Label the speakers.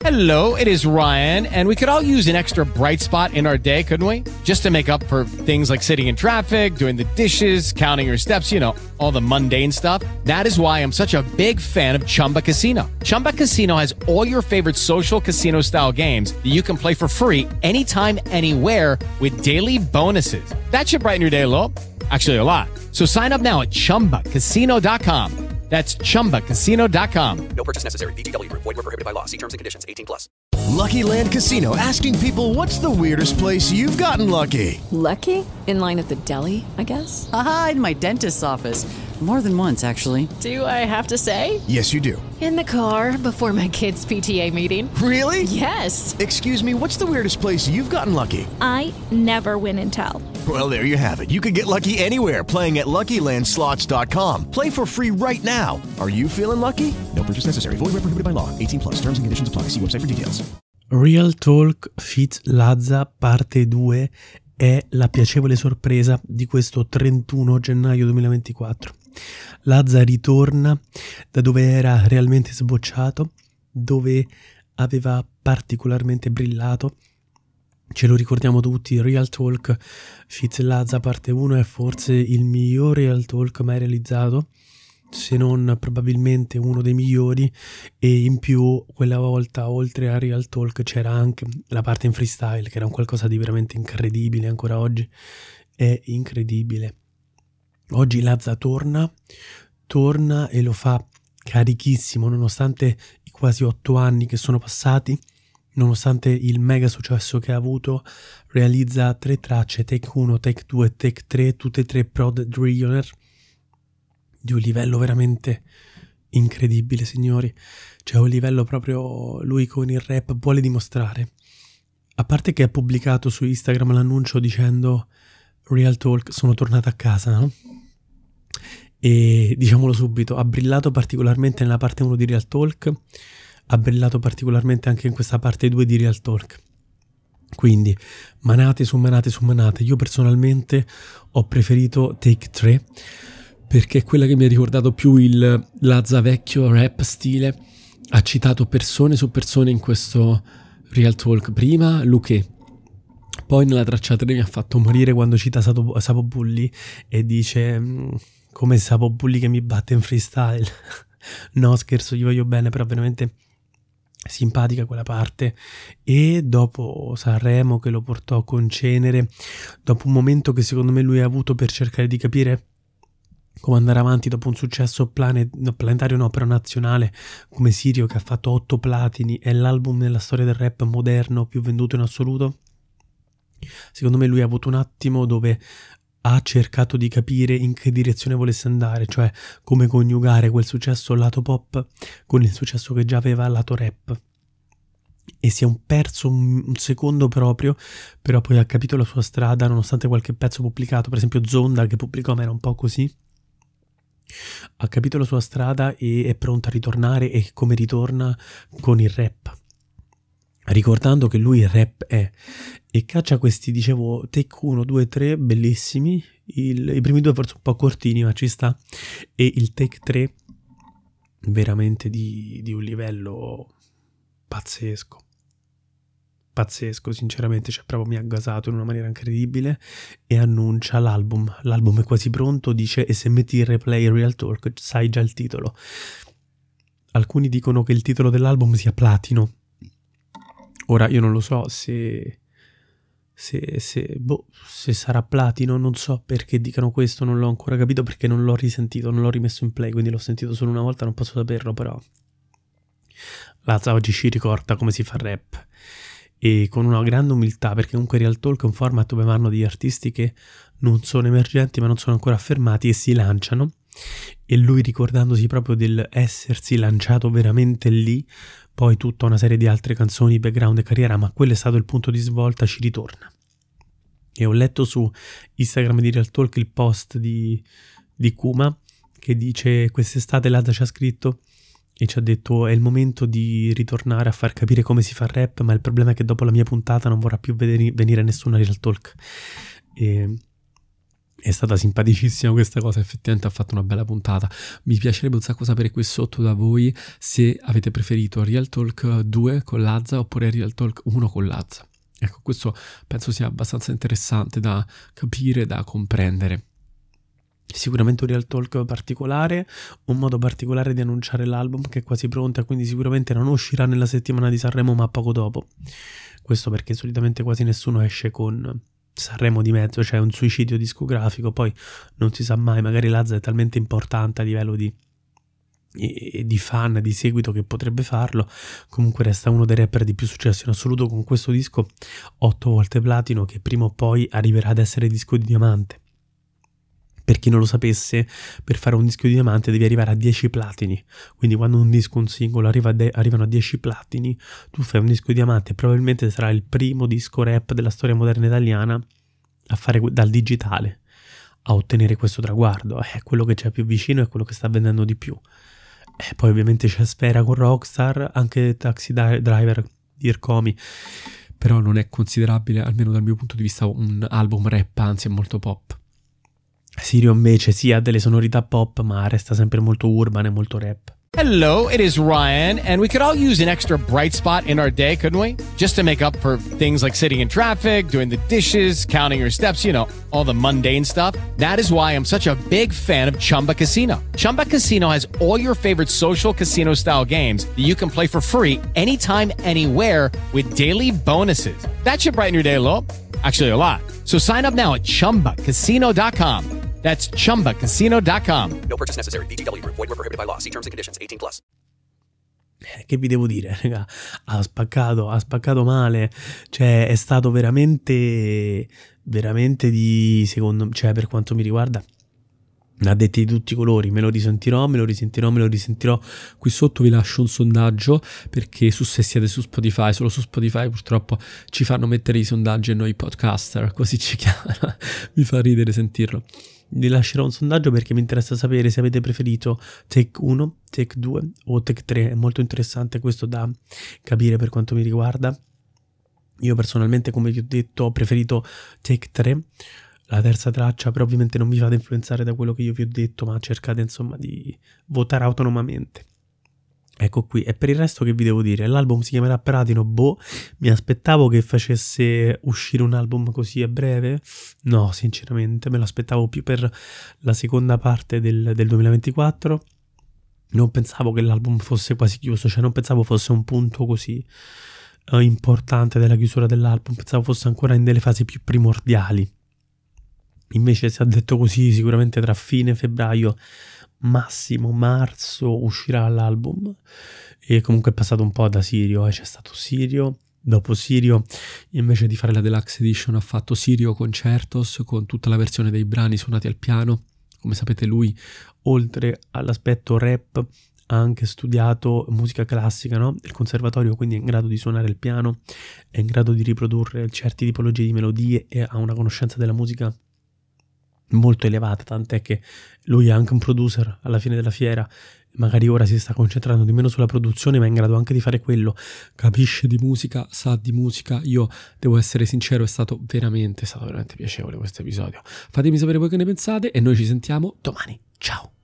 Speaker 1: Hello, it is Ryan, and we could all use an extra bright spot in our day, couldn't we? Just to make up for things like sitting in traffic, doing the dishes, counting your steps, you know, all the mundane stuff. That is why I'm such a big fan of Chumba Casino. Chumba Casino has all your favorite social casino-style games that you can play for free anytime, anywhere with daily bonuses. That should brighten your day a little. Actually, a lot. So sign up now at ChumbaCasino.com. That's ChumbaCasino.com.
Speaker 2: No purchase necessary. VGW Group. Void where prohibited by law. See terms and conditions. 18+.
Speaker 3: Lucky Land Casino, asking people, what's the weirdest place you've gotten lucky?
Speaker 4: Lucky? In line at the deli, I guess?
Speaker 5: Aha, in my dentist's office. More than once, actually.
Speaker 4: Do I have to say?
Speaker 3: Yes, you do.
Speaker 6: In the car before my kids' PTA meeting.
Speaker 3: Really?
Speaker 6: Yes.
Speaker 3: Excuse me, what's the weirdest place you've gotten lucky?
Speaker 7: I never win and tell.
Speaker 3: Well, there you have it. You can get lucky anywhere, playing at LuckyLandSlots.com. Play for free right now. Are you feeling lucky? No purchase necessary. Void where prohibited by law. 18+. Terms and conditions apply. See website for details.
Speaker 8: Real Talk feat. Lazza parte 2 è la piacevole sorpresa di questo 31 gennaio 2024. Lazza ritorna da dove era realmente sbocciato, dove aveva particolarmente brillato. Ce lo ricordiamo tutti, Real Talk feat. Lazza parte 1 è forse il miglior Real Talk mai realizzato, se non probabilmente uno dei migliori, e in più quella volta oltre a Real Talk c'era anche la parte in freestyle, che era un qualcosa di veramente incredibile. Ancora oggi è incredibile. Oggi Lazza torna e lo fa carichissimo, nonostante i quasi 8 anni che sono passati, nonostante il mega successo che ha avuto. Realizza 3 tracce, Take 1, Take 2, Take 3, tutte e 3 Prod Drillionaire, di un livello veramente incredibile, signori. C'è un livello proprio, lui con il rap vuole dimostrare. A parte che ha pubblicato su Instagram l'annuncio dicendo Real Talk, sono tornato a casa, no? E diciamolo subito, ha brillato particolarmente nella parte 1 di Real Talk, ha brillato particolarmente anche in questa parte 2 di Real Talk. Quindi manate su manate su manate. Io personalmente ho preferito Take 3 perché è quella che mi ha ricordato più il Lazza vecchio rap stile. Ha citato persone su persone in questo Real Talk. Prima Luque, poi nella traccia 3 mi ha fatto morire quando cita Sapo Bulli e dice come Sapo Bulli che mi batte in freestyle. No, scherzo, gli voglio bene, però veramente simpatica quella parte. E dopo Sanremo, che lo portò con Cenere, dopo un momento che secondo me lui ha avuto per cercare di capire come andare avanti dopo un successo planetario no, però nazionale, come Sirio, che ha fatto 8 platini, è l'album nella storia del rap moderno più venduto in assoluto. Secondo me lui ha avuto un attimo dove ha cercato di capire in che direzione volesse andare, cioè come coniugare quel successo lato pop con il successo che già aveva lato rap, e si è perso un secondo proprio, però poi ha capito la sua strada, nonostante qualche pezzo pubblicato, per esempio Zonda che pubblicò ma era un po' così. Ha capito la sua strada e è pronta a ritornare, e come ritorna con il rap, ricordando che lui il rap è, e caccia questi, dicevo, take 1, 2, 3 bellissimi, i primi 2 forse un po' cortini ma ci sta, e il take 3 veramente di un livello pazzesco, sinceramente, cioè proprio mi ha gasato in una maniera incredibile. E annuncia l'album è quasi pronto, dice, e se metti il replay Real Talk sai già il titolo. Alcuni dicono che il titolo dell'album sia Platino. Ora io non lo so se sarà Platino, non so perché dicano questo, non l'ho ancora capito perché non l'ho risentito, non l'ho rimesso in play, quindi l'ho sentito solo una volta, non posso saperlo. Però Lazza oggi ci ricorda come si fa rap, e con una grande umiltà, perché comunque Real Talk è un format dove vanno degli artisti che non sono emergenti ma non sono ancora affermati e si lanciano, e lui, ricordandosi proprio del essersi lanciato veramente lì, poi tutta una serie di altre canzoni, background e carriera, ma quello è stato il punto di svolta, ci ritorna. E ho letto su Instagram di Real Talk il post di Kuma che dice: quest'estate Lazza ci ha scritto e ci ha detto è il momento di ritornare a far capire come si fa rap, ma il problema è che dopo la mia puntata non vorrà più venire nessuna Real Talk. E È stata simpaticissima questa cosa, effettivamente ha fatto una bella puntata. Mi piacerebbe un sacco sapere qui sotto da voi se avete preferito Real Talk 2 con Lazza oppure Real Talk 1 con Lazza. Ecco, questo penso sia abbastanza interessante da capire, da comprendere. Sicuramente un Real Talk particolare, un modo particolare di annunciare l'album che è quasi pronta, quindi sicuramente non uscirà nella settimana di Sanremo ma poco dopo. Questo perché solitamente quasi nessuno esce con Sanremo di mezzo, cioè un suicidio discografico, poi non si sa mai, magari Lazza è talmente importante a livello di fan, di seguito, che potrebbe farlo. Comunque resta uno dei rapper di più successo in assoluto con questo disco 8 volte platino, che prima o poi arriverà ad essere disco di diamante. Per chi non lo sapesse, per fare un disco di diamante devi arrivare a 10 platini, quindi quando un disco, un singolo arrivano a 10 platini, tu fai un disco di diamante e probabilmente sarà il primo disco rap della storia moderna italiana a fare dal digitale, a ottenere questo traguardo. È quello che c'è più vicino, è quello che sta vendendo di più. E poi ovviamente c'è Sfera con Rockstar, anche Taxi Driver di Ercomi, però non è considerabile, almeno dal mio punto di vista, un album rap, anzi è molto pop. Sirio invece sì, ha delle sonorità pop, ma resta sempre molto urban e molto rap.
Speaker 1: Hello, it is Ryan, and we could all use an extra bright spot in our day, couldn't we? Just to make up for things like sitting in traffic, doing the dishes, counting your steps, you know, all the mundane stuff. That is why I'm such a big fan of Chumba Casino. Chumba Casino has all your favorite social casino-style games that you can play for free anytime, anywhere with daily bonuses. That should brighten your day a little. Actually, a lot. So sign up now at ChumbaCasino.com. That's ChumbaCasino.com.
Speaker 2: No purchase necessary. VGW Group. Void where prohibited by law. See terms and conditions. 18+.
Speaker 8: Che vi devo dire, raga? Ha spaccato male. Cioè, è stato veramente cioè, per quanto mi riguarda, ne ha detti di tutti i colori. Me lo risentirò. Qui sotto vi lascio un sondaggio, perché se siete su Spotify, solo su Spotify purtroppo ci fanno mettere i sondaggi a noi podcaster, così ci chiamano. Mi fa ridere sentirlo. Vi lascerò un sondaggio perché mi interessa sapere se avete preferito Take 1, Take 2 o Take 3. È molto interessante questo da capire per quanto mi riguarda. Io personalmente, come vi ho detto, ho preferito Take 3, la terza traccia, però ovviamente non vi fate influenzare da quello che io vi ho detto, ma cercate insomma di votare autonomamente. Ecco qui. E per il resto che vi devo dire? L'album si chiamerà Platino. Mi aspettavo che facesse uscire un album così a breve. No, sinceramente me lo aspettavo più per la seconda parte del 2024. Non pensavo che l'album fosse quasi chiuso, cioè non pensavo fosse un punto così importante della chiusura dell'album. Pensavo fosse ancora in delle fasi più primordiali. Invece si è detto così, sicuramente tra fine febbraio massimo marzo uscirà l'album. E comunque è passato un po' da Sirio, c'è stato Sirio, dopo Sirio invece di fare la Deluxe Edition ha fatto Sirio Concertos con tutta la versione dei brani suonati al piano. Come sapete lui, oltre all'aspetto rap, ha anche studiato musica classica, no? Il conservatorio, quindi è in grado di suonare il piano, è in grado di riprodurre certe tipologie di melodie e ha una conoscenza della musica molto elevata, tant'è che lui è anche un producer alla fine della fiera. Magari ora si sta concentrando di meno sulla produzione, ma è in grado anche di fare quello. Capisce di musica, sa di musica. Io devo essere sincero, è stato veramente piacevole questo episodio. Fatemi sapere voi che ne pensate e noi ci sentiamo domani. Ciao!